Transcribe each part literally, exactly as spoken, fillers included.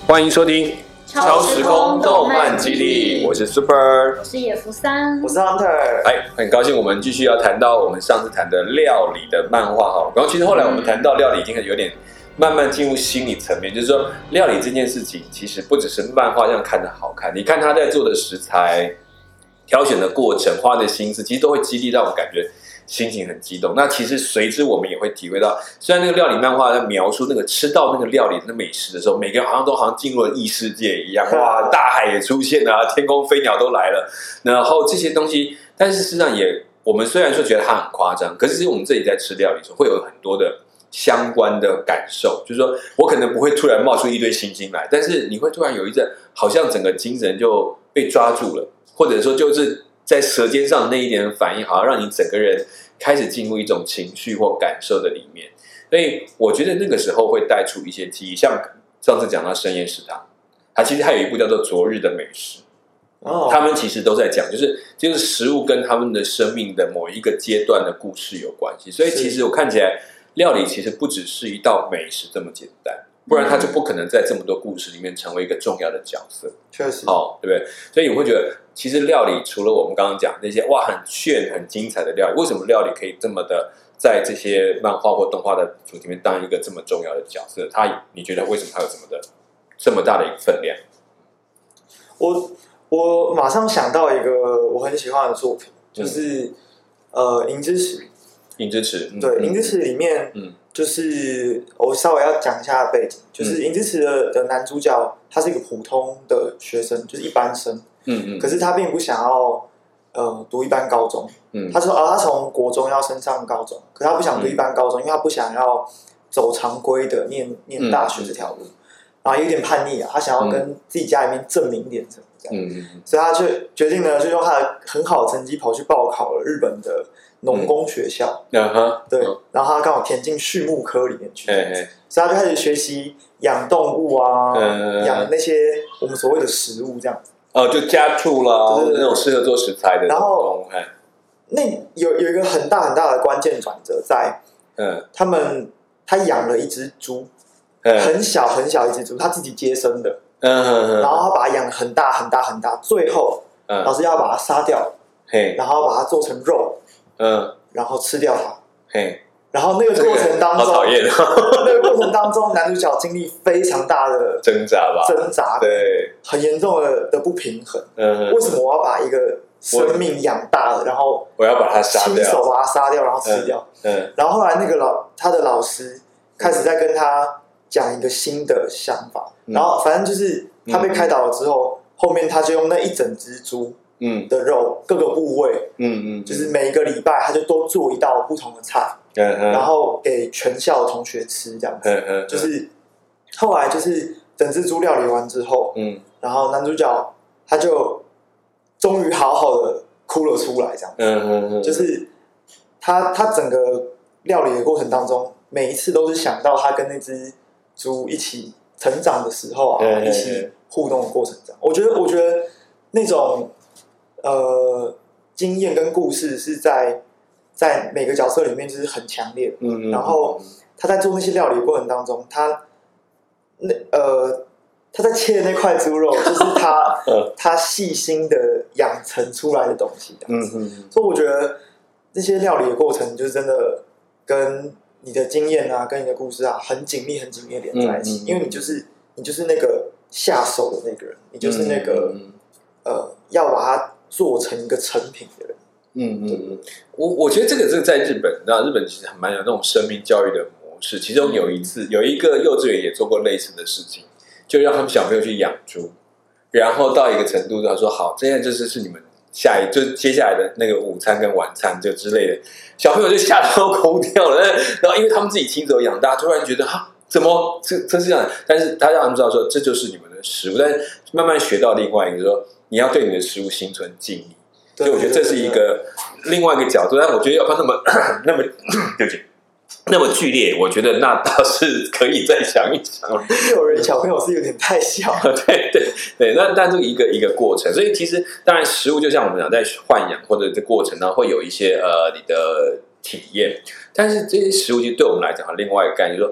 欢迎收听超时空动漫基地，我是 Super， 我是野福三， 我是 Hunter。 哎，很高兴我们继续要谈到我们上次谈的料理的漫画哈。然后其实后来我们谈到料理已经有点慢慢进入心理层面，就是说料理这件事情其实不只是漫画这样看的好看，你看他在做的食材、挑选的过程、花的心思，其实都会激励让我感觉心情很激动。那其实随之我们也会体会到，虽然那个料理漫画在描述那个吃到那个料理的美食的时候，每个人好像都好像进入了异世界一样，哇，大海也出现了、啊，天空飞鸟都来了，然后这些东西，但是事实上也，我们虽然说觉得它很夸张，可是其实我们自己在吃料理的时候，会有很多的相关的感受，就是说我可能不会突然冒出一堆星星来，但是你会突然有一阵，好像整个精神就被抓住了，或者说就是在舌尖上的那一点反应，好像让你整个人开始进入一种情绪或感受的里面。所以我觉得那个时候会带出一些记忆，像上次讲到深夜食堂，它其实还有一部叫做《昨日的美食》，哦，他们其实都在讲，就是就是食物跟他们的生命的某一个阶段的故事有关系。所以其实我看起来，料理其实不只是一道美食这么简单。不然他就不可能在这么多故事里面成为一个重要的角色。 确实， 哦，对不对？所以我会觉得，其实料理除了我们刚刚讲那些哇很炫、很精彩的料理，为什么料理可以这么的在这些漫画或动画的主题里面当一个这么重要的角色？它，你觉得为什么它有这么的这么大的一个分量？ 我我马上想到一个我很喜欢的作品，就是、嗯、呃《银之匙》。 银之匙，嗯、 对，《银之匙》里面，嗯。就是我稍微要讲一下背景，就是《银之匙》的的男主角，他是一个普通的学生，就是一般生，嗯嗯，可是他并不想要呃读一般高中，嗯，他说啊，他从国中要升上高中，可是他不想读一般高中，嗯、因为他不想要走常规的念念大学这条路，嗯、然后有点叛逆啊，他想要跟自己家里面证明一点什么这样，嗯嗯，所以他就决定呢，就用他的很好的成绩跑去报考了日本的农工学校，嗯哼，对，然后他刚好填进畜牧科里面去，所以他就开始学习养动物啊，嗯、养那些我们所谓的食物这样子。 哦，就家畜啦，对对对，那种适合做食材的。 然后，那有有一个很大很大的关键转折在，嗯，他们他养了一只猪，嗯、很小很小一只猪，他自己接生的，嗯哼哼，然后他把它养很大很大很大，最后，嗯、老师要把它杀掉，嘿，然后把它做成肉。嗯，然后吃掉它，嘿，然后那个过程当中， 好讨厌哦！ 那个过程当中，男主角经历非常大的挣扎吧， 挣扎， 对， 很严重的的不平衡。嗯，为什么我要把一个生命养大了，然后我要把它杀掉， 亲手把它杀掉，然后吃掉？嗯，嗯然后后来那个老他的老师开始在跟他讲一个新的想法，嗯、然后反正就是他被开导了之后，嗯、后面他就用那一整只猪。嗯的肉各个部位，嗯嗯，就是每一个礼拜他就多做一道不同的菜，嗯嗯，然后给全校的同学吃这样子，嗯嗯，就是后来就是整只猪料理完之后，嗯，然后男主角他就终于好好的哭了出来，这样子，嗯嗯嗯，就是他他整个料理的过程当中，每一次都是想到他跟那只猪一起成长的时候啊，嗯嗯嗯一起互动的过程这样，我觉得我觉得那种。呃，经验跟故事是在在每个角色里面就是很强烈的，嗯嗯，然后他在做那些料理的过程当中，他那呃他在切的那块猪肉，就是他他细心的养成出来的东西，嗯嗯，所以我觉得那些料理的过程就是真的跟你的经验啊，跟你的故事啊，很紧密、很紧密的连在一起，嗯嗯嗯因为你就是你就是那个下手的那个人，你就是那个、嗯嗯、呃要把它。做成一个成品的人， 嗯嗯嗯，我我觉得这个是在日本，那日本其实蛮有那种生命教育的模式。其中有一次，有一个幼稚园也做过类似的事情，就让他们小朋友去养猪，然后到一个程度，他说好，这样就是是你们下一就是接下来的那个午餐跟晚餐就之类的，小朋友就吓得都哭掉了。然后因为他们自己亲手养大，突然觉得哈，怎么这这是这样？但是他让他们知道说这就是你们的食物，但是慢慢学到另外一个说。你要对你的食物心存敬意，所以我觉得这是一个另外一个角度。但我觉得要不那么那么对不起，那么剧烈，我觉得那倒是可以再想一想。 有人小朋友是有点太小， 对对对，那但这个一个一个过程，所以其实当然食物就像我们讲在豢养或者这过程当中会有一些呃你的体验，但是这些食物其实对我们来讲另外一个概念就是说。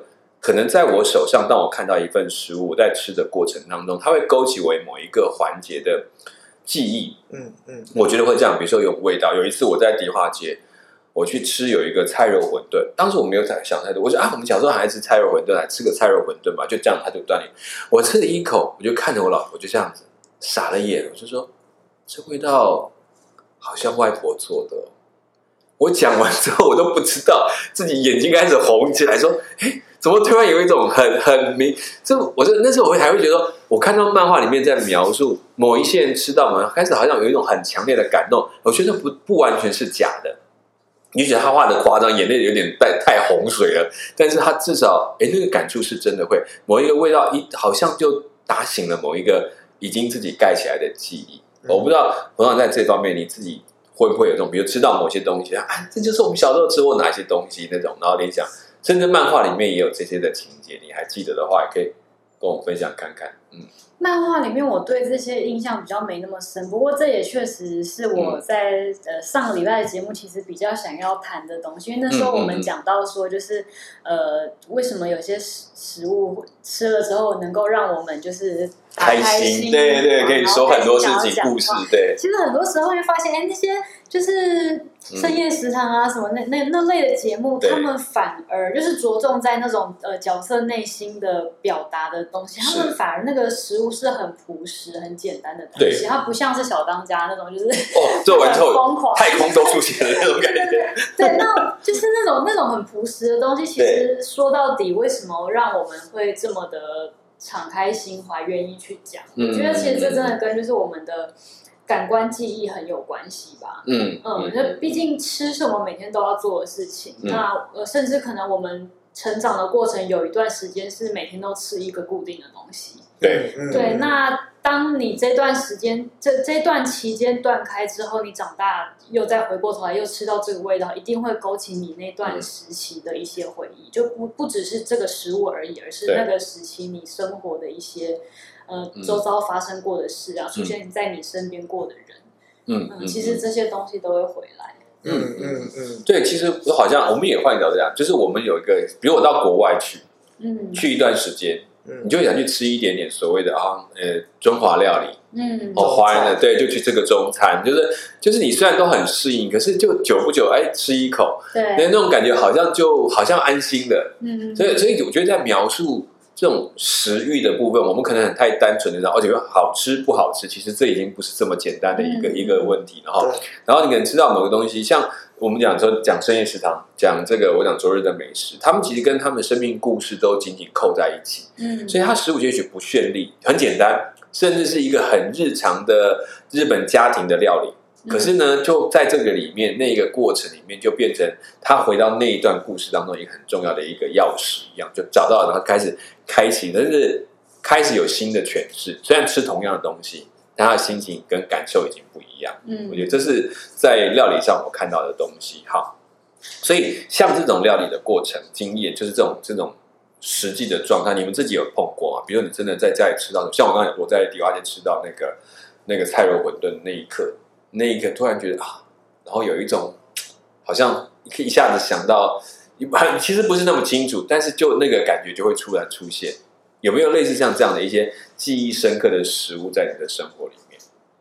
可能在我手上，当我看到一份食物，在吃的过程当中，它会勾起我某一个环节的记忆。嗯嗯，我觉得会这样，比如说有味道。有一次我在迪化街，我去吃有一个菜肉馄饨，当时我没有想太多，我说啊，我们小时候还吃菜肉馄饨，来吃个菜肉馄饨吧，就这样，他就断理。我吃了一口，我就看着我老婆，就这样子傻了眼，我就说这味道好像外婆做的。我讲完之后，我都不知道自己眼睛开始红起来，说：“哎，怎么突然有一种很很明？这我说那时候我还会觉得，我看到漫画里面在描述某一些人吃到嘛，开始好像有一种很强烈的感动。我觉得不不完全是假的，你觉得他画的夸张，眼泪有点带太洪水了，但是他至少哎那个感触是真的会某一个味道一好像就打醒了某一个已经自己盖起来的记忆。我不知道冯长在这方面你自己。”会不会有这种，比如吃到某些东西，啊，这就是我们小时候吃过哪些东西那种，然后联想，甚至漫画里面也有这些的情节，你还记得的话，也可以跟我分享看看。嗯， 漫画里面我对这些印象比较没那么深，不过这也确实是我在、嗯、呃上个礼拜的节目其实比较想要谈的东西，因为那时候我们讲到说，就是、嗯、呃为什么有些食食物吃了之后能够让我们就是开心，对对，可以说很多事情故事，对。 其实很多时候会发现，哎，那些就是深夜食堂啊、嗯、什么那那那类的节目，他们反而就是着重在那种呃角色内心的表达的东西，他们反而那个食物是很朴实、很简单的东西，它不像是小当家那种，就是哦，做完之后疯狂，太空都出现了那种感觉。 对对对，对，那就是那种那种很朴实的东西，其实说到底，为什么让我们会这么的敞开心怀，愿意去讲？我觉得其实这真的跟就是我们的感官记忆很有关系吧。嗯嗯，那毕竟吃是我们每天都要做的事情，嗯、那呃，甚至可能我们成长的过程有一段时间是每天都吃一个固定的东西。 对、 嗯、对，那当你这段时间这这段期间断开之后，你长大又再回过头来又吃到这个味道，一定会勾起你那段时期的一些回忆，就不不只是这个食物而已，而是那个时期你生活的一些呃周遭发生过的事啊，嗯、出现在你身边过的人，嗯嗯，其实这些东西都会回来。 嗯嗯嗯，对，其实好像我们也换一个角度讲，就是我们有一个，比如我到国外去，嗯，去一段时间。你就会想去吃一点点所谓的啊，呃，中华料理，嗯，哦，华人的，对，就去这个中餐，就是就是你虽然都很适应，可是就久不久，哎，吃一口， 对， 那种感觉好像就好像安心的，嗯，所以所以我觉得在描述这种食欲的部分，我们可能很太单纯的，而且好吃不好吃，其实这已经不是这么简单的一个、嗯、一个问题了哈。然后你可能吃到某个东西，像我们讲说讲深夜食堂，讲这个我讲昨日的美食，他们其实跟他们生命故事都紧紧扣在一起。嗯，所以它食物也许不绚丽，很简单，甚至是一个很日常的日本家庭的料理。可是呢，就在这个里面，那个过程里面，就变成他回到那一段故事当中一个很重要的一个钥匙一样，就找到了，然后开始开启，但是开始有新的诠释。虽然吃同样的东西，但他的心情跟感受已经不一样。嗯，我觉得这是在料理上我看到的东西。好，所以像这种料理的过程经验，就是这种这种实际的状态，你们自己有碰过吗？比如你真的在家里吃到，像我刚才我在迪化街吃到那个那个菜肉馄饨那一刻。那一刻突然觉得啊，然后有一种好像一下子想到，其实不是那么清楚，但是就那个感觉就会突然出现。有没有类似像这样的一些记忆深刻的食物在你的生活里面？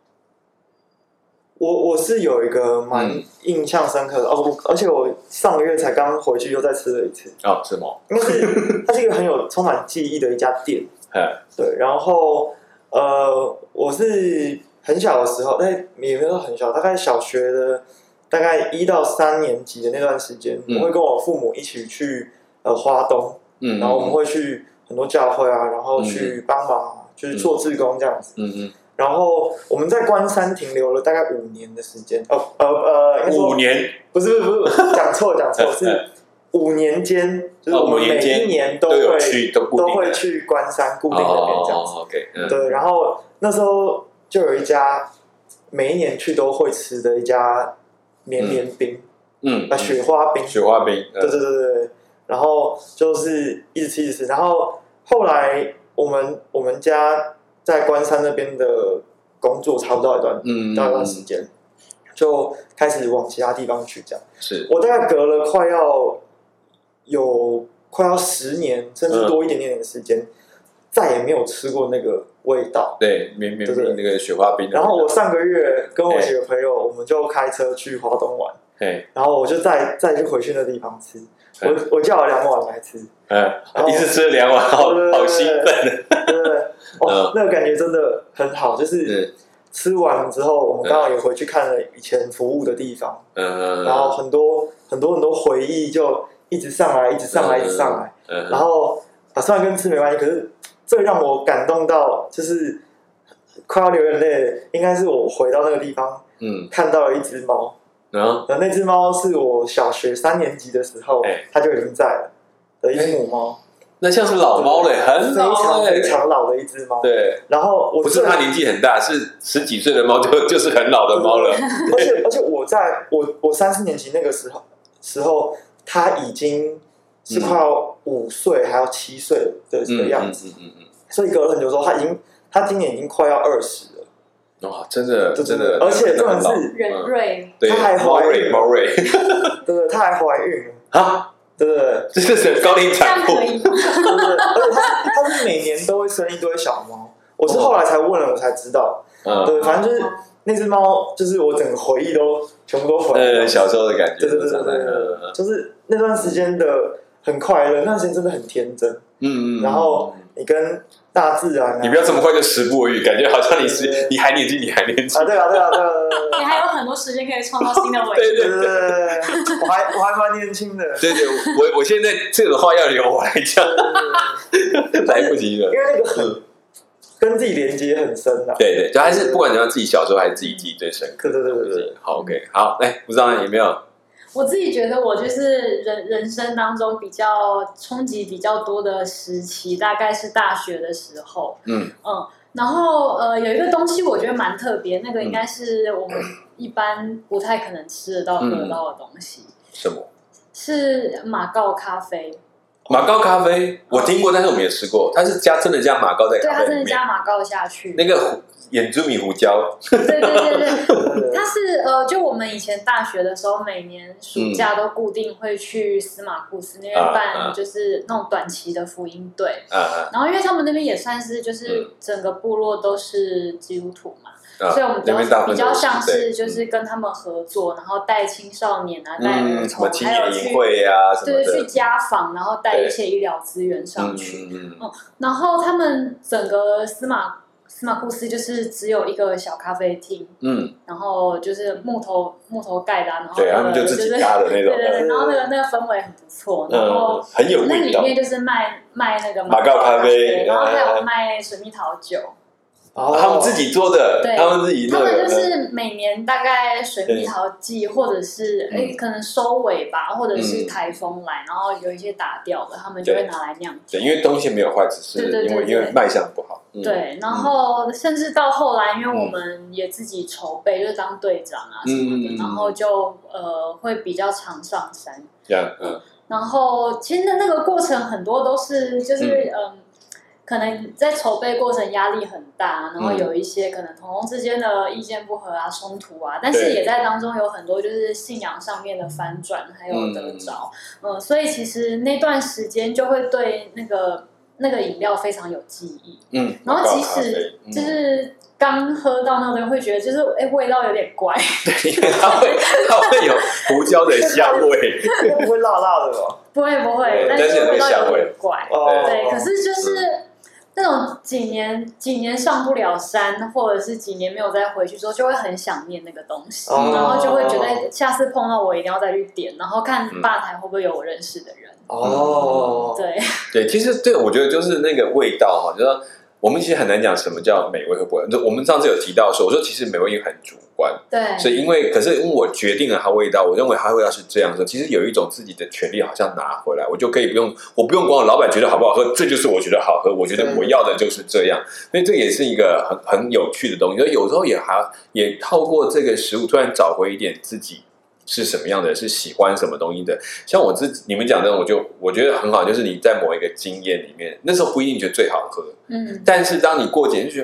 我我是有一个蛮印象深刻的、嗯、哦，而且我上个月才刚回去又再吃了一次。 哦，是吗？ 因为是它是一个很有充满记忆的一家店。对，然后呃，我是。很小的时候，但也没有很小，大概小学的大概一到三年级的那段时间，嗯、我会跟我父母一起去呃花东，嗯，然后我们会去很多教会啊，然后去帮忙，嗯、就是做志工这样子，嗯嗯，然后我们在关山停留了大概五年的时间，哦呃呃， 五年不是不是不是讲错讲错是五年间，就是我们每一年都会、 哦、去 都, 都会去关山固定那边这样子， 哦 okay, 嗯、 对，然后那时候。就有一家每一年去都会吃的一家绵绵冰，嗯，啊雪花冰， 雪花冰， 对对对对，然后就是一直吃一直吃，然后后来我们我们家在关山那边的工作差不多一段，嗯，到一段时间，就开始往其他地方去这样， 是我大概隔了快要有快要十年甚至多一点点的时间，嗯、再也没有吃过那个味道。 对，绵绵冰那个雪花冰。 然后我上个月跟我几个朋友，我们就开车去华东玩，然后我就再再去回去那地方吃。我我叫了两碗来吃， 嗯，一次吃了两碗，好好兴奋， 对对对，哦，那个感觉真的很好，就是吃完之后，我们刚好也回去看了以前服务的地方，嗯，然后很多很多很多回忆就一直上来，一直上来，一直上来，嗯，然后啊，虽然跟吃没关系，可是最让我感动到就是快要流眼泪的，应该是我回到那个地方，嗯，看到了一只猫。嗯，那只猫是我小学三年级的时候，欸、它就已经在了的一只母猫。 欸、那像是老猫嘞，很老、欸、 非常非常老的一只猫。 对， 然后我不是它年纪很大，是十几岁的猫就就是很老的猫了。 而且而且我在我我三四年级那个时候时候，它已经是快要五岁还要七岁的的样子。嗯嗯嗯嗯。所以隔了很久之后，它已经它今年已经快要二十了。 哇，真的真的， 而且重点是人瑞， 她还怀孕， 猫瑞， 对对，她还怀孕啊， 对对对， 这是高龄产妇， 对对， 而且她她是每年都会生一堆小猫，我是后来才问了，我才知道，对，反正就是那只猫，就是我整个回忆都全部都回来了， 小时候的感觉， 对对对对对，就是那段时间的很快乐，那段时间真的很天真，嗯嗯，然后你跟大自然、啊， 你不要这么快就时不我予，感觉好像你是你还年轻，你还年轻啊！对啊，对啊，对啊，对你还有很多时间可以创造新的回忆。 对对对对对，我还我还蛮年轻的。 对对，我我现在这个话要由我来讲，来不及了， 因为那个很跟自己连接很深啊。 对对，就还是不管怎样，自己小时候还是自己记忆最深刻。 对对对对对， 好 OK， 好，来，不知道有没有？ 我自己觉得我就是人人生当中比较冲击比较多的时期，大概是大学的时候。嗯嗯，然后呃有一个东西我觉得蛮特别，那个应该是我们一般不太可能吃得到、喝得到的东西。 什么？ 是马告咖啡。 马告咖啡我听过，但是我没有吃过。它是加真的加马告在咖啡里面？对， 它真的加马告下去。 那个眼珠米胡椒。 对对对对，它是呃，就我们以前大学的时候，每年暑假都固定会去司马库斯那边办，就是那种短期的福音队。啊、然后因为他们那边也算是就是整个部落都是基督徒嘛。啊、所以我们比较比较像是就是跟他们合作，然后带青少年啊，带儿童，还有去对去家访，然后带一些医疗资源上去。嗯，嗯然后他们整个司马司马库斯就是只有一个小咖啡厅，嗯，然后就是木头木头盖的、啊，然后、那个、 对他们就自己搭的那种， 对对对，然后那个那个氛围很不错，然后、 嗯、很有味道。 那里面就是卖卖那个马告咖啡， 然后还有卖水蜜桃酒。 哦，他们自己做的， 对， 他们自己， 他们就是每年大概水蜜桃季，或者是哎、嗯，可能收尾吧，或者是台风来，嗯、然后有一些打掉的，他们就会拿来酿酒。 对，因为东西没有坏，只是因为因为卖相不好。 嗯、对，然后甚至到后来，因为我们也自己筹备，就是当队长啊什么的，嗯、然后就呃会比较常上山。 这样，嗯。 然后其实那个过程很多都是就是嗯。嗯可能在筹备过程压力很大，然后有一些可能同工之间的意见不合啊、冲突啊，但是也在当中有很多就是信仰上面的翻转，还有得着，嗯、呃，所以其实那段时间就会对那个那个饮料非常有记忆，嗯，然后即使就是刚喝到那个会觉得就是哎味道有点怪， 对，因为它会它会有胡椒的香味， 不会辣辣的吧？ 不会不会，但是味道有点怪，对，可是就是。嗯那种几年几年上不了山，或者是几年没有再回去之后，就会很想念那个东西，哦、然后就会觉得下次碰到我一定要再去点，然后看吧台会不会有我认识的人。哦，对对，其实对我觉得就是那个味道哈，就是说我们其实很难讲什么叫美味和不味。我们上次有提到说，我说其实美味也很主观， 对， 所以因为可是因为我决定了它味道，我认为它味道是这样的，其实有一种自己的权利好像拿回来，我就可以不用，我不用管我老板觉得好不好喝，这就是我觉得好喝，我觉得我要的就是这样，所以这也是一个很很有趣的东西。所以有时候也还也透过这个食物，突然找回一点自己。是什么样的？是喜欢什么东西的？像我自己，你们讲的，我就我觉得很好，就是你在某一个经验里面，那时候不一定觉得最好喝，嗯，但是当你过几年就觉得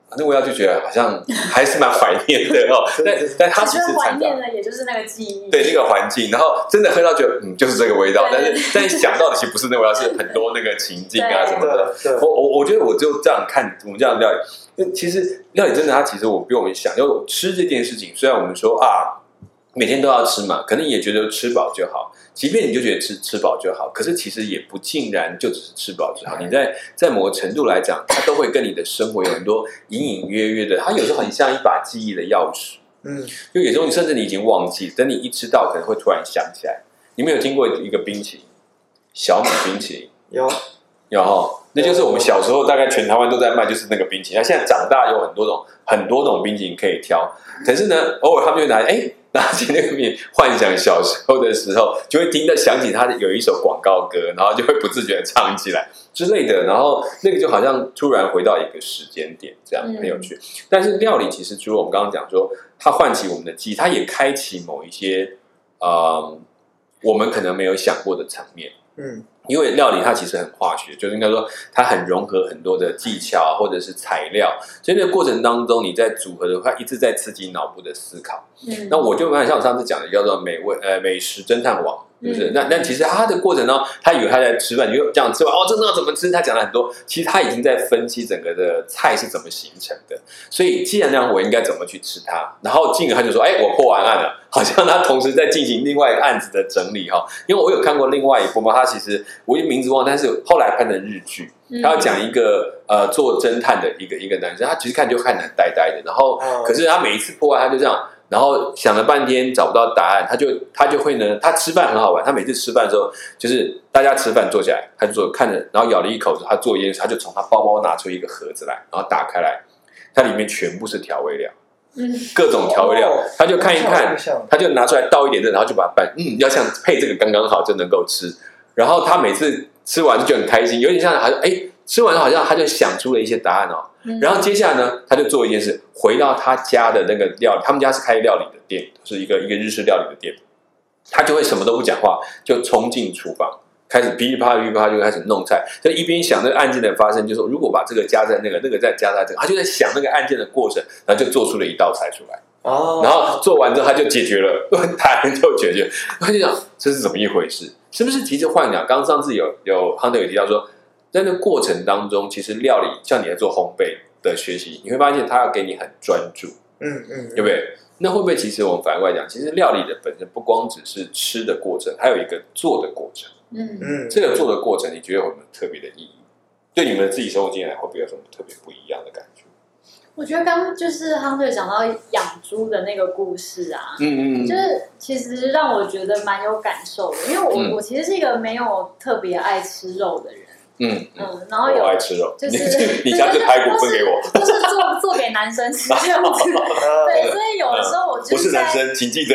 那味道就觉得好像还是蛮怀念的哦。但但它其实怀念的也就是那个记忆， 对那个环境，然后真的喝到觉得嗯就是这个味道，但是但想到的其实不是那个味道，是很多那个情境啊什么的。我我我觉得我就这样看我们这样的料理，其实料理真的它其实我比我们想，就吃这件事情，虽然我们说啊每天都要吃嘛，可能也觉得吃饱就好。即便你就觉得吃吃饱就好，可是其实也不尽然就只是吃饱就好。你在在某个程度来讲，它都会跟你的生活有很多隐隐约约的，它有时候很像一把记忆的钥匙。嗯，就有时候你甚至你已经忘记，等你一吃到，可能会突然想起来。你们有听过一个冰淇淋，小米冰淇淋？ 有， 有哈，那就是我们小时候大概全台湾都在卖，就是那个冰淇淋。那现在长大有很多种很多种冰淇淋可以挑，可是呢，偶尔他们就拿哎。拿起那个面，幻想小时候的时候，就会听到想起他有一首广告歌，然后就会不自觉的唱起来之类的，然后那个就好像突然回到一个时间点，这样很有趣。嗯、但是料理其实除了我们刚刚讲说，它唤起我们的记忆，它也开启某一些呃我们可能没有想过的场面。嗯。因为料理它其实很化学，就是应该说它很融合很多的技巧或者是材料，所以那个过程当中你在组合的话，一直在刺激脑部的思考。嗯，那我就蛮像我上次讲的叫做美味呃美食侦探网，是不是？嗯、那那其实他的过程中，他以为他在吃饭，你就这样吃完哦，这道怎么吃？他讲了很多，其实他已经在分析整个的菜是怎么形成的。所以既然那样，我应该怎么去吃它？然后进而他就说，哎，我破完案了，好像他同时在进行另外一个案子的整理哈。因为我有看过另外一部嘛，他其实我一名字忘了，但是后来拍成日剧，他要讲一个呃做侦探的一个一个男生，他其实看就看起来呆呆的，然后可是他每一次破案，他就这样。然后想了半天找不到答案，他就他就会呢，他吃饭很好玩。他每次吃饭的时候，就是大家吃饭坐下来，他就坐看着，然后咬了一口，他做一件事，他就从他包包拿出一个盒子来，然后打开来，它里面全部是调味料，嗯，各种调味料，他就看一看，他就拿出来倒一点点，然后就把它拌，嗯，要像配这个刚刚好就能够吃。然后他每次吃完就很开心，有点像好像哎。吃完好像他就想出了一些答案哦，嗯、然后接下来呢，他就做一件事，回到他家的那个料理，他们家是开料理的店，是一个一个日式料理的店，他就会什么都不讲话，就冲进厨房，开始噼里啪啦噼里啪啦就开始弄菜，就一边想那个案件的发生，就是如果把这个加在那个，那个再加在这个，他就在想那个案件的过程，然后就做出了一道菜出来。哦，然后做完之后他就解决了，他就解决，他就想这是怎么一回事？是不是？其实换讲，刚上次有有 Hunter 有提到说。在那个过程当中，其实料理像你在做烘焙的学习，你会发现它要给你很专注，嗯嗯，对不对？那会不会其实我们反过来讲，其实料理的本身不光只是吃的过程，还有一个做的过程，嗯嗯，这个做的过程，你觉得有没有特别的意义？对你们自己生活经验来，会不会有什么特别不一样的感觉？ 我觉得刚就是康队讲到养猪的那个故事啊，嗯嗯，就是其实让我觉得蛮有感受的，因为我、嗯、我其实是一个没有特别爱吃肉的人。嗯嗯，然后有我爱吃肉， 就是你下次排骨分给我， 就是做做给男生吃这样子。对，所以有的时候我就是不是男生，请记得。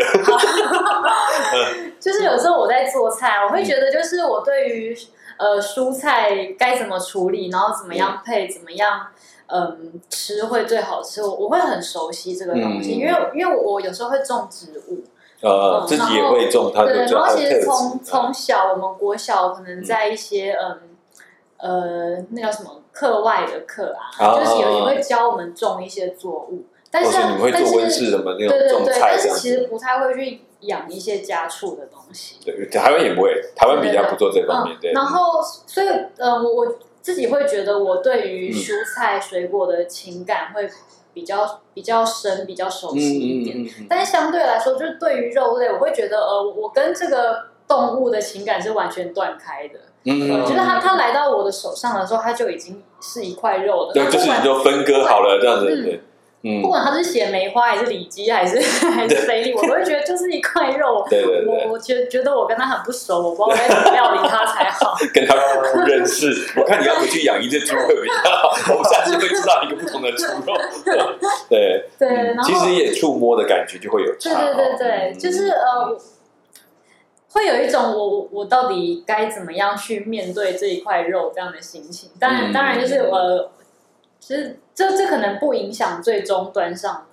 就是有时候我在做菜，我会觉得就是我对于呃蔬菜该怎么处理，然后怎么样配，怎么样嗯吃会最好吃，我我会很熟悉这个东西，因为因为我有时候会种植物。 呃，自己也会种，它对，然后其实从从小我们国小可能在一些嗯。呃，那叫什么课外的课啊，啊就是有也会教我们种一些作物，但是你们会做温室什么那种种菜， 但是其实不太会去养一些家畜的东西。 对，台湾也不会，台湾比较不做这方面。对， 然后所以呃，我我自己会觉得我对于蔬菜水果的情感会比较比较深，比较熟悉一点。嗯嗯嗯嗯、但是相对来说，就是对于肉类，我会觉得呃，我跟这个动物的情感是完全断开的。嗯，我觉得他他来到我的手上的时候，他就已经是一块肉了。 对，就是你就分割好了这样子。对， 嗯，不管他是写梅花还是里脊还是还是菲力，我都会觉得就是一块肉。 对对对， 我我觉觉得我跟他很不熟，我不知道该怎么料理他才好。 跟他不认识，我看你要回去养一只猪会比较好，我们下次会知道一个不同的猪肉。对对，然后其实也触摸的感觉就会有差。 对对对对，就是呃。会有一种我我到底该怎么样去面对这一块肉这样的心情，当然、嗯、当然就是呃，其实这这可能不影响最终端上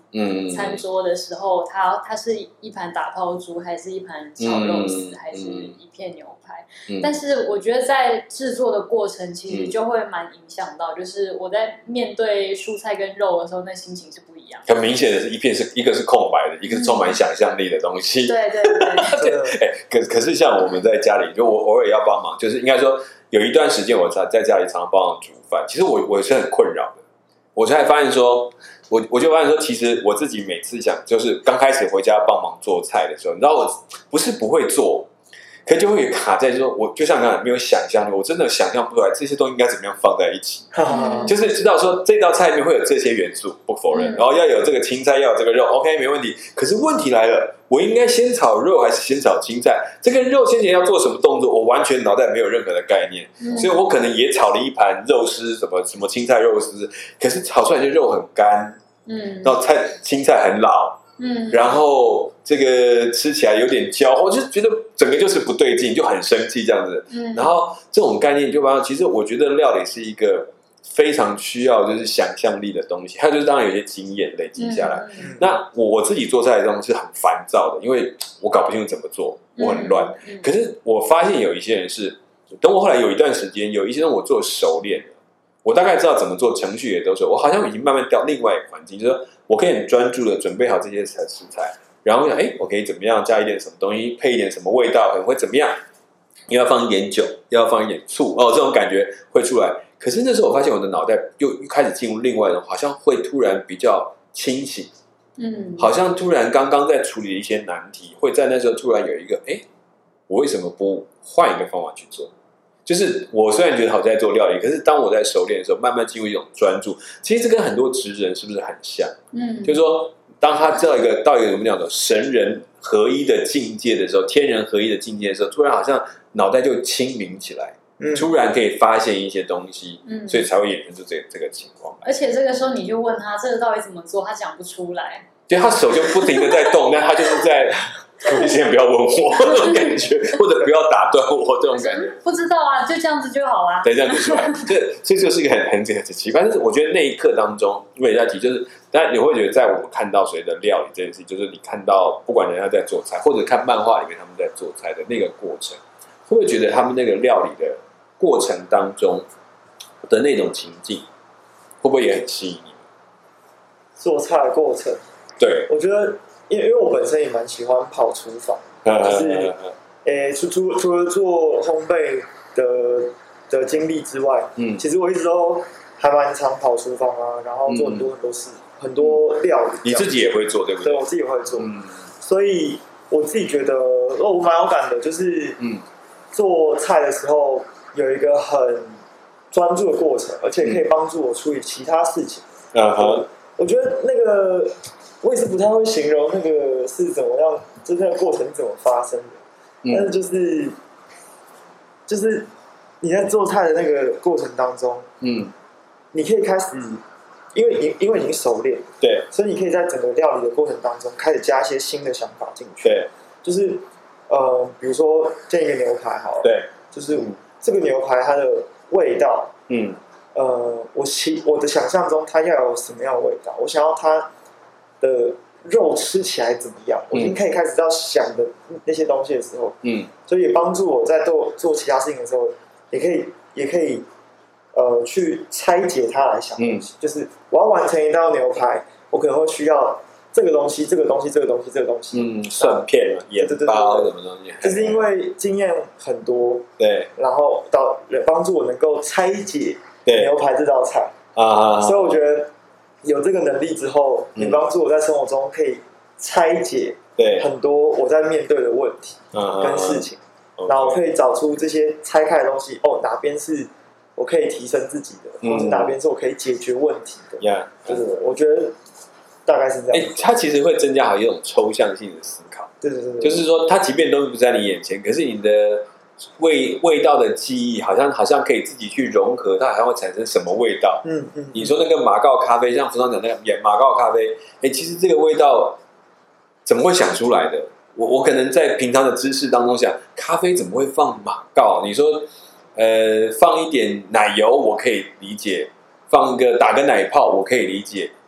嗯，餐桌的时候，它它是一盘打泡猪，还是一盘炒肉丝，嗯、还是一片牛排？嗯、但是我觉得在制作的过程，其实就会蛮影响到，就是我在面对蔬菜跟肉的时候，那心情是不一样的。 很明显的是，一片是一个是空白的，一个是充满想象力的东西。 嗯、对对对。 对，哎，可可是像我们在家里，就我偶尔要帮忙，就是应该说有一段时间我在在家里常常帮忙煮饭，其实我我是很困扰的。我才发现说，我我就发现说，其实我自己每次想，就是刚开始回家帮忙做菜的时候，你知道，我不是不会做，可就会卡在说，我就像刚才没有想象力，我真的想象不出来这些东西应该怎么样放在一起，嗯、就是知道说这道菜里面会有这些元素，不否认，嗯、然后要有这个青菜，要有这个肉 ，OK 没问题。可是问题来了，我应该先炒肉还是先炒青菜？这个肉先前要做什么动作，我完全脑袋没有任何的概念，嗯、所以我可能也炒了一盘肉丝，什么什么青菜肉丝，可是炒出来的肉很干，嗯，然后菜青菜很老。嗯，然后这个吃起来有点焦，我就觉得整个就是不对劲，就很生气这样子。嗯，然后这种概念就把，其实我觉得料理是一个非常需要就是想象力的东西，还有就是当然有些经验累积下来。嗯、那我我自己做菜的东西是很烦躁的，因为我搞不清楚怎么做，我很乱。嗯嗯、可是我发现有一些人是，等我后来有一段时间，有一些人我做熟练了，我大概知道怎么做，程序也都是，我好像已经慢慢到另外一个环境，就是说我可以很专注的准备好这些食材，然后想，哎，我可以怎么样加一点什么东西，配一点什么味道，可能会怎么样？又要放一点酒，又要放一点醋，哦，这种感觉会出来。可是那时候我发现我的脑袋又开始进入另外一种，好像会突然比较清醒，嗯，好像突然刚刚在处理一些难题，会在那时候突然有一个，哎，我为什么不换一个方法去做？就是我虽然觉得好在做料理，可是当我在熟练的时候，慢慢进入一种专注。其实这跟很多职人是不是很像？嗯，就是说，当他到一个到一个什么样的神人合一的境界的时候，天人合一的境界的时候，突然好像脑袋就清明起来，嗯、突然可以发现一些东西，嗯、所以才会衍生出这个这个情况。 而且这个时候你就问他这个到底怎么做，他讲不出来。 对，他手就不停的在动，但他就是在。你先不要问我这种感觉，或者不要打断我这种感觉。 不知道啊，就这样子就好啊。 对，这样子出来，这这就是一个很很很奇怪。但是我觉得那一刻当中，因为在提，就是当然你会觉得，在我们看到所谓的料理这件事情，就是你看到不管人家在做菜，或者看漫画里面他们在做菜的那个过程，会不会觉得他们那个料理的过程当中的那种情境，会不会也很吸引你？ 做菜的过程， 对， 我觉得。因为因为我本身也蛮喜欢跑厨房，就是，诶，除除除了做烘焙的的经历之外，嗯，其实我一直都还蛮常跑厨房啊，然后做很多很多事，嗯、很多料理。 你自己也会做，对不对？ 对，我自己也会做，嗯，所以我自己觉得，哦，我蛮有感的，就是，嗯，做菜的时候有一个很专注的过程，而且可以帮助我处理其他事情。嗯哼，我觉得那个。我也是不太会形容那个是怎么样，就是那个过程是怎么发生的。嗯、但是就是，就是你在做菜的那个过程当中，嗯，你可以开始，因为你因为已经熟练， 对， 所以你可以在整个料理的过程当中开始加一些新的想法进去。 对， 就是呃，比如说煎一个牛排好了， 对， 就是这个牛排它的味道，嗯，呃，我其我的想象中它要有什么样的味道，我想要它。的肉吃起来怎么样？我已经可以开始要想的那些东西的时候，嗯，所以也帮助我在做做其他事情的时候，也可以也可以呃去拆解它来想东西。嗯、就是我要完成一道牛排，我可能会需要这个东西、这个东西、这个东西、这个东西， 嗯，蒜片、盐包什么东西， 就是因为经验很多， 对， 然后到帮助我能够拆解牛排这道菜啊，所以我觉得。有这个能力之后，你帮助我在生活中可以拆解很多我在面对的问题跟事情，嗯、然后可以找出这些拆开的东西。哦，哪边是我可以提升自己的，嗯、或是哪边是我可以解决问题的。Yeah, 就是我觉得大概是这样。 哎，它其实会增加好一种抽象性的思考。 对对对对， 就是说，它即便都不在你眼前，可是你的。味味道的记忆好像好像可以自己去融合，它好像会产生什么味道？嗯嗯。你说那个马告咖啡，像福昌讲那个马告咖啡，哎，其实这个味道怎么会想出来的？我我可能在平常的知识当中想，咖啡怎么会放马告？你说，呃，放一点奶油我可以理解，放一个打个奶泡我可以理解，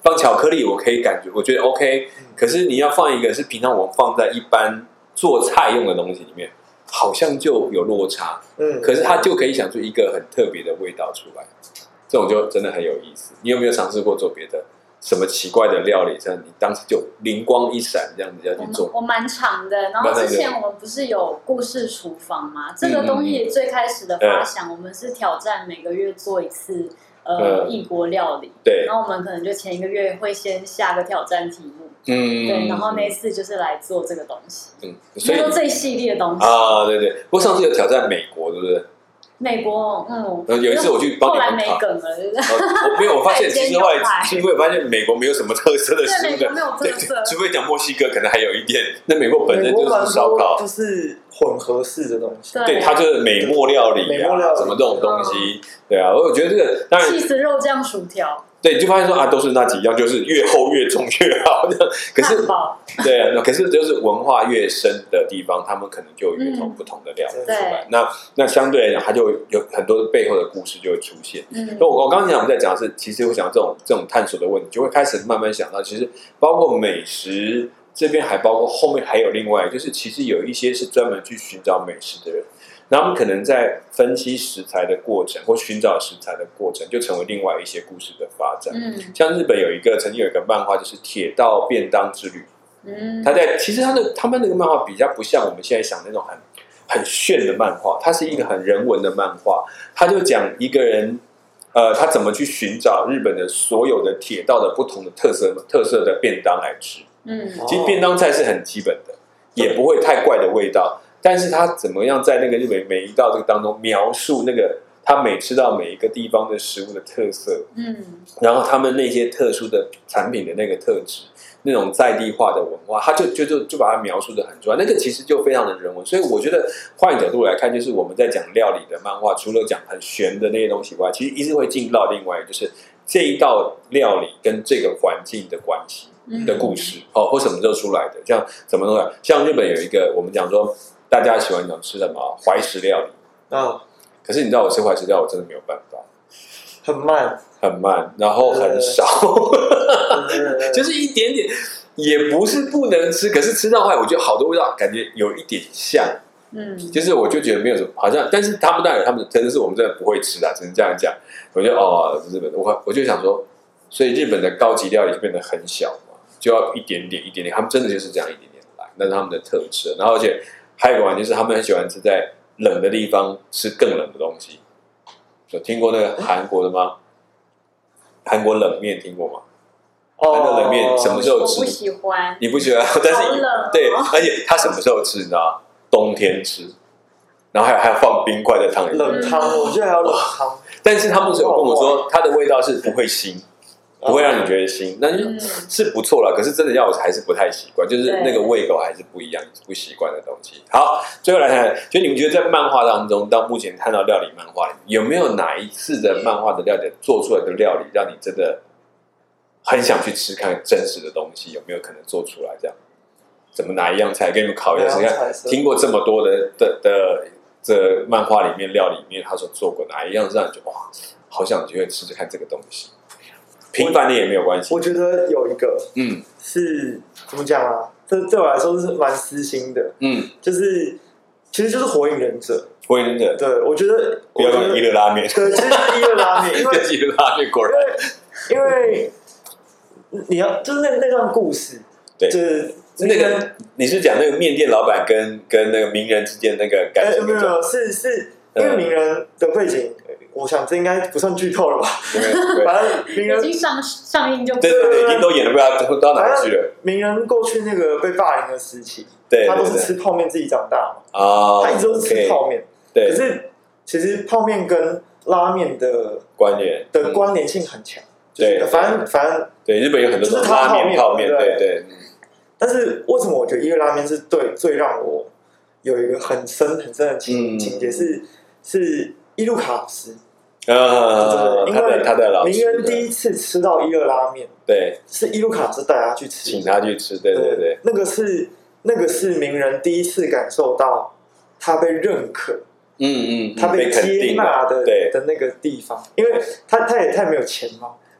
放巧克力我可以感觉我觉得 OK， 可是你要放一个是平常我们放在一般做菜用的东西里面，好像就有落差。嗯，可是它就可以想出一个很特别的味道出来，这种就真的很有意思。你有没有尝试过做别的什么奇怪的料理？这样你当时就灵光一闪，这样子要去做。 我蛮常的。然后之前我们不是有故事厨房吗？这个东西最开始的发想，嗯、我们是挑战每个月做一次呃异国料理。对。然后我们可能就前一个月会先下个挑战题目。嗯。对。然后那次就是来做这个东西。嗯。所以说这一系列的东西啊，对对。不过上次有挑战美国，对不对？ 美国，嗯， 有一次我去帮你们后来没梗了，对不对？ 我没有，我发现其实后来，因为我发现美国没有什么特色的食物的， 没有特色， 除非讲墨西哥，可能还有一点。那美国本身就是烧烤， 就是混合式的东西， 对，它就是美墨料理啊，什么这种东西，对啊，我觉得这个当然， 起司肉酱薯条。 对，你就发现说啊，都是那几样，就是越厚越重越好。可是，对啊，可是就是文化越深的地方，他们可能就有越种不同的料理出来。嗯、那那相对来讲，它就有很多背后的故事就会出现。嗯，我我刚刚讲我们在讲的是，其实我想这种这种探索的问题，就会开始慢慢想到，其实包括美食这边，还包括后面还有另外，就是其实有一些是专门去寻找美食的人。然后他们可能在分析食材的过程或寻找食材的过程，就成为另外一些故事的发展。嗯，像日本有一个曾经有一个漫画，就是《铁道便当之旅》。嗯，他在其实他的他们那个漫画比较不像我们现在想那种很很炫的漫画，它是一个很人文的漫画。他就讲一个人，呃，他怎么去寻找日本的所有的铁道的不同的特色特色的便当来吃。嗯，其实便当菜是很基本的，也不会太怪的味道。但是他怎么样在那个日本每一道这个当中描述那个他每吃到每一个地方的食物的特色，嗯，然后他们那些特殊的产品的那个特质，那种在地化的文化，他就就就就把它描述的很出来，那个其实就非常的人文。所以我觉得换一个角度来看，就是我们在讲料理的漫画，除了讲很玄的那些东西以外，其实一直会进到另外就是这一道料理跟这个环境的关系的故事，嗯、哦，或什么时候出来的，像怎么弄？像日本有一个我们讲说。大家喜欢讲吃什么怀石料理啊？哦、可是你知道我吃怀石料理我真的没有办法， 很慢， 很慢，然后很少，就是一点点，也不是不能吃，可是吃到后来我觉得好多味道感觉有一点像，嗯，就是我就觉得没有什么，好像，但是他们当然有他们的特色，是我们真的不会吃啊，只能这样讲。我觉得哦，日本，我我就想说，所以日本的高级料理就变得很小嘛，就要一点点一点点，他们真的就是这样一点点来，那是他们的特色，然后而且。还有一个玩就是他们很喜欢吃在冷的地方吃更冷的东西。有听过那个韩国的吗？韩国冷面听过吗？哦，那冷面什么时候吃？ 我不喜欢。 你不喜欢？但是对，而且他什么时候吃？你知道吗？冬天吃，然后还有还要放冰块在汤里。 冷汤，我觉得还要冷汤。 但是他们有跟我说，它的味道是不会腥。不会让你觉得腥，那就是不错了。可是真的要我还是不太习惯，就是那个胃口还是不一样，不习惯的东西。好，最后来看，就你们觉得在漫画当中，到目前看到料理漫画里，有没有哪一次的漫画的料理做出来的料理，让你真的很想去吃看真实的东西？有没有可能做出来？这样，怎么哪一样菜？给你们考一下，你看听过这么多的的的这漫画里面料理里面，他所做过哪一样让你觉得哇，好想去吃吃看这个东西？平凡的也没有关系。 我觉得有一个，嗯，是怎么讲啊？这对我来说是蛮私心的，嗯，就是其实就是火影忍者。 火影忍者， 对，我觉得不要用一乐拉面， 对，就是一乐拉面，因为一乐拉面果然， 因为你要就是那那段故事， 对， 就是那个你是讲那个面店老板跟跟那个名人之间那个感情？ 没有，没有，是是因为名人的背景。我想这应该不算剧透了吧？反正名人已经上上映就对对对，已经都演了，不知道都到哪去了。 名人过去那个被霸凌的时期，对，他都是吃泡面自己长大嘛。啊，他一直都是吃泡面。对，可是其实泡面跟拉面的关联的关联性很强。对，反正反正对日本有很多种拉面泡面，对对。 但是为什么我觉得一个拉面是对最让我有一个很深很深的情情节是是。伊路卡老师， 呃，因为他的老师， 名人第一次吃到一乐拉面， 对， 是伊路卡老师带他去吃， 请他去吃，对对对， 那个是那个是名人第一次感受到他被认可，嗯嗯，他被接纳的的那个地方，因为他他也太没有钱嘛，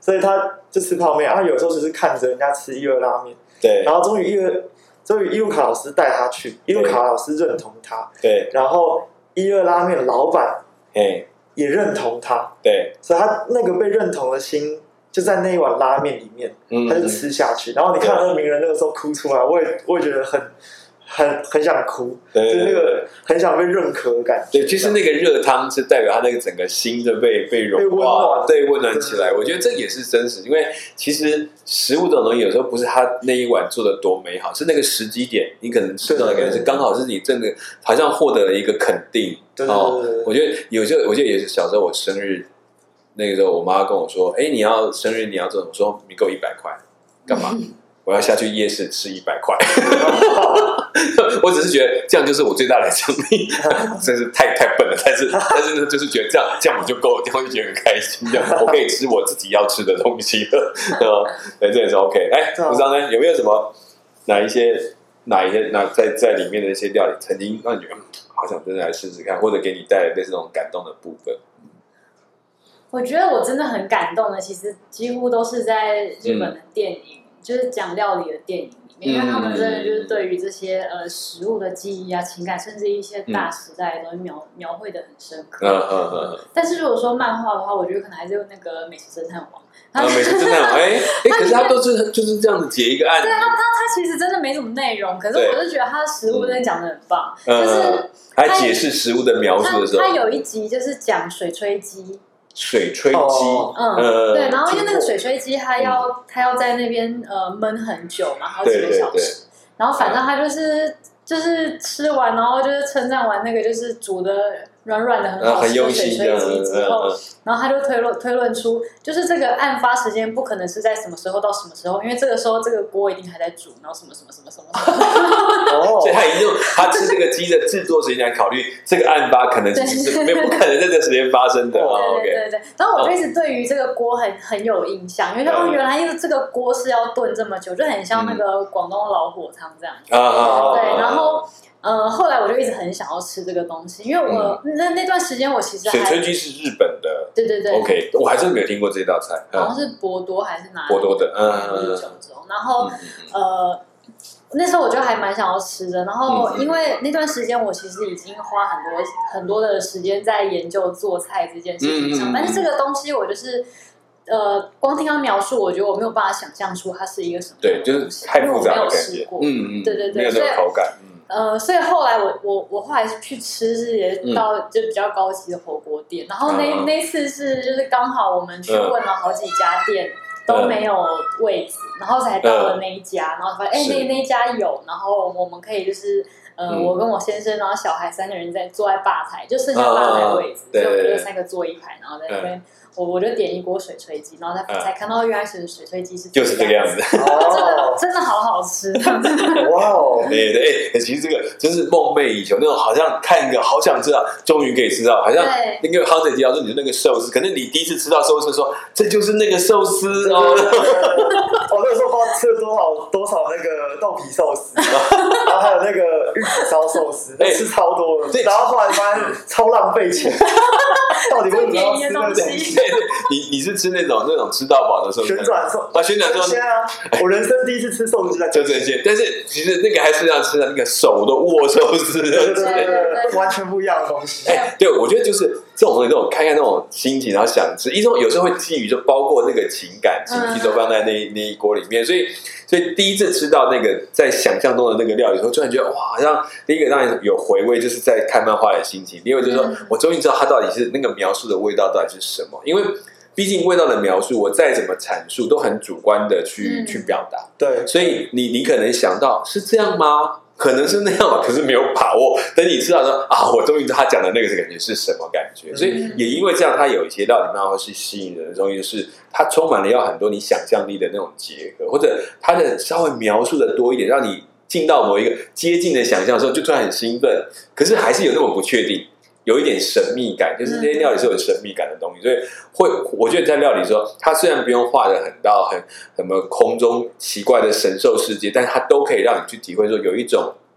所以他就吃泡面，然后有时候只是看着人家吃一二拉面， 对， 然后终于一二终于伊路卡老师带他去，伊路卡老师认同他， 对， 然后一二拉面老板哎也认同他， 对， 所以他那个被认同的心就在那一碗拉面里面， 嗯他就吃下去。然后你看那个名人那个时候哭出来，我也我也觉得很很很想哭， 对就是那个很想被认可的感觉。 对，其实那个热汤是代表他那个整个心的被被融化，对，温暖起来。我觉得这也是真实，因为其实食物这种东西有时候不是他那一碗做的多美好，是那个时机点，你可能吃到的感觉是刚好是你真的好像获得了一个肯定。 对对对对， 我觉得有时候我记得也是小时候我生日那个时候，我妈跟我说：“哎，你要生日你要做什么？”我说：“你给我一百块，干嘛？我要下去夜市吃一百块。”我只是觉得这样就是我最大的奖励，真是太太笨了。但是但是呢，就是觉得这样这样我就够了，这样我就觉得很开心，这样我可以吃我自己要吃的东西了。对，这也是 OK。哎，吴章呢，有没有什么哪一些哪一些哪在在里面的一些料理，曾经让你觉得好想真的来试试看，或者给你带来类似那种感动的部分？ 我觉得我真的很感动的，其实几乎都是在日本的电影，嗯、就是讲料理的电影里面，因为他们真的就是对于这些呃食物的记忆啊、情感，甚至一些大时代的东西描描绘的很深刻。嗯嗯嗯。但是如果说漫画的话，我觉得可能还是那个《美食侦探王》。 啊，美食侦探王，哎哎，可是他都是就是这样子解一个案子。 对啊，他他其实真的没什么内容，可是我就觉得他的食物真的讲的很棒，就是他解释食物的描述的时候， 他有一集就是讲水吹鸡。 水吹机， 嗯，呃、对，然后因为那个水吹机，它要、嗯、它要在那边呃焖很久嘛，好几个小时，对对对，然后反正它就是就是吃完，然后就是称赞完那个就是煮的软软的很好吃的水吹机之后，嗯、然后他就推论推论出，就是这个案发时间不可能是在什么时候到什么时候，因为这个时候这个锅一定还在煮，然后什么什么什么什么什么， 所以他已经用他吃这个鸡的制作时间来考虑，这个案发可能其实是没不可能在这个时间发生的。 对对对对，然后我就一直对于这个锅很很有印象，因为哦，原来这个锅是要炖这么久，就很像那个广东老火汤这样子。啊对，然后。呃，后来我就一直很想要吃这个东西，因为我、嗯、那那段时间我其实还水吹鸡是日本的， 对对对 ，OK， 我还真没有听过这道菜， 好像是博多还是哪里？ 博多的， 嗯，九州。然后、嗯、呃，那时候我就还蛮想要吃的，然后因为那段时间我其实已经花很多很多的时间在研究做菜这件事情上，嗯、但是这个东西我就是。呃，光听他描述，我觉得我没有办法想象出它是一个什么东西， 对，就是太复杂的感觉， 嗯嗯，对对对， 没有那个口感， 嗯、呃，所以后来我我我后来去吃是也到就比较高级的火锅店，嗯、然后那、嗯、那次是就是刚好我们去问了好几家店。嗯都没有位置，然后才到了那一家，然后发现哎，那那一家有，然后我们可以就是呃，嗯、我跟我先生，然后小孩三个人在坐在吧台，就剩下吧台位置，所以我们就三个坐一排，然后在那边。嗯我我就点一锅水吹鸡，然后才、嗯、才看到原来是水吹鸡是就是这个样子， 真的真的好好吃， 哇哦！ 对对，哎，其实这个真是梦寐以求，那种好像看一个好想吃啊，终于可以吃到，好像那个康姐提到说你的那个寿司，可能你第一次吃到寿司说这就是那个寿司哦， 我那个时候不知道吃了多少多少那个豆皮寿司，然后还有那个玉子烧寿司，那吃超多的，然后后来发现超浪费钱。到底为什么要吃那东西？ 你你是吃那种那种吃到饱的时候， 旋转寿啊，旋转寿司啊！我人生第一次吃寿司就在就这些，但是其实那个还是要吃的那个手的握寿司， 对对对对，完全不一样的东西。 哎，对，我觉得就是这种那种看看那种心情，然后想吃，一种有时候会基于就包括那个情感情绪都放在那那一锅里面，所以所以第一次吃到那个在想象中的那个料理的时候，突然觉得哇，好像第一个让你有回味，就是在看漫画的心情；，第二个就是说我终于知道它到底是那个描述的味道到底是什么，因为毕竟味道的描述，我再怎么阐述都很主观的去、嗯、去表达。 对， 所以你你可能想到是这样吗？可能是那样吧，可是没有把握。等你知道说啊，我终于知道他讲的那个感觉是什么感觉。所以也因为这样，他有一些料理漫画是吸引人的东西，就是它充满了要很多你想象力的那种结合，或者它的稍微描述的多一点，让你进到某一个接近的想象的时候，就突然很兴奋，可是还是有那种不确定。有一点神秘感，就是这些料理是有神秘感的东西，所以会我觉得在料理说，它虽然不用画的很到很什么空中奇怪的神兽世界，但是它都可以让你去体会说有一种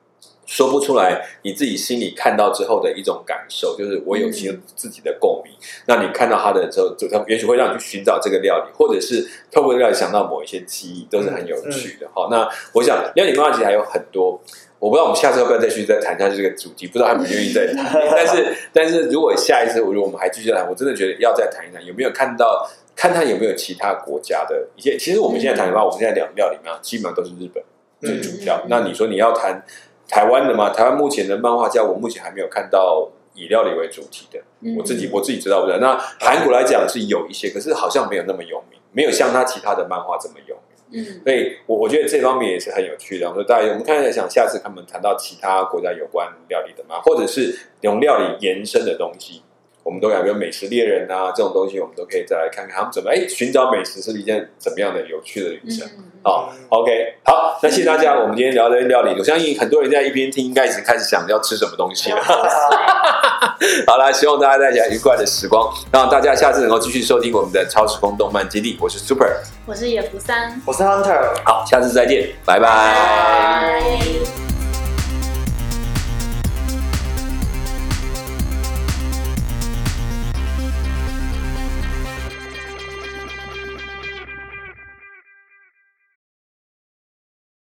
说不出来你自己心里看到之后的一种感受，就是我有其自己的共鸣。嗯、那你看到它的时候，就也许会让你去寻找这个料理，或者是透过料理想到某一些记忆，都是很有趣的。好、嗯嗯，那我想料理漫画其实还有很多。我不知道我们下次要不要再去再谈一下这个主题，不知道他们愿意再谈。但是，但是如果下一次，我如果我们还继续谈，我真的觉得要再谈一谈，有没有看到，看看有没有其他国家的一些。其实我们现在谈的话，我们现在聊料理嘛，基本上都是日本最主要。嗯、那你说你要谈台湾的吗？台湾目前的漫画家，我目前还没有看到以料理为主题的。我自己我自己知道不知道？那韩国来讲是有一些，可是好像没有那么有名，没有像他其他的漫画这么有名。嗯，所以我我觉得这方面也是很有趣的。所以大家我们看一下，想下次他们谈到其他国家有关料理的嘛，或者是用料理延伸的东西，我们都有，比如美食猎人啊这种东西，我们都可以再来看看他们怎么哎寻找美食是一件怎么样的有趣的旅程。嗯、好 ，OK， 好，那谢谢大家。我们今天聊的料理，我相信很多人在一边听，应该已经开始想要吃什么东西了。好啦，希望大家带起来愉快的时光，让大家下次能够继续收听我们的超时空动漫基地。我是 Super， 我是野福三， 我是 Hunter。 好，下次再见，拜拜。 拜拜。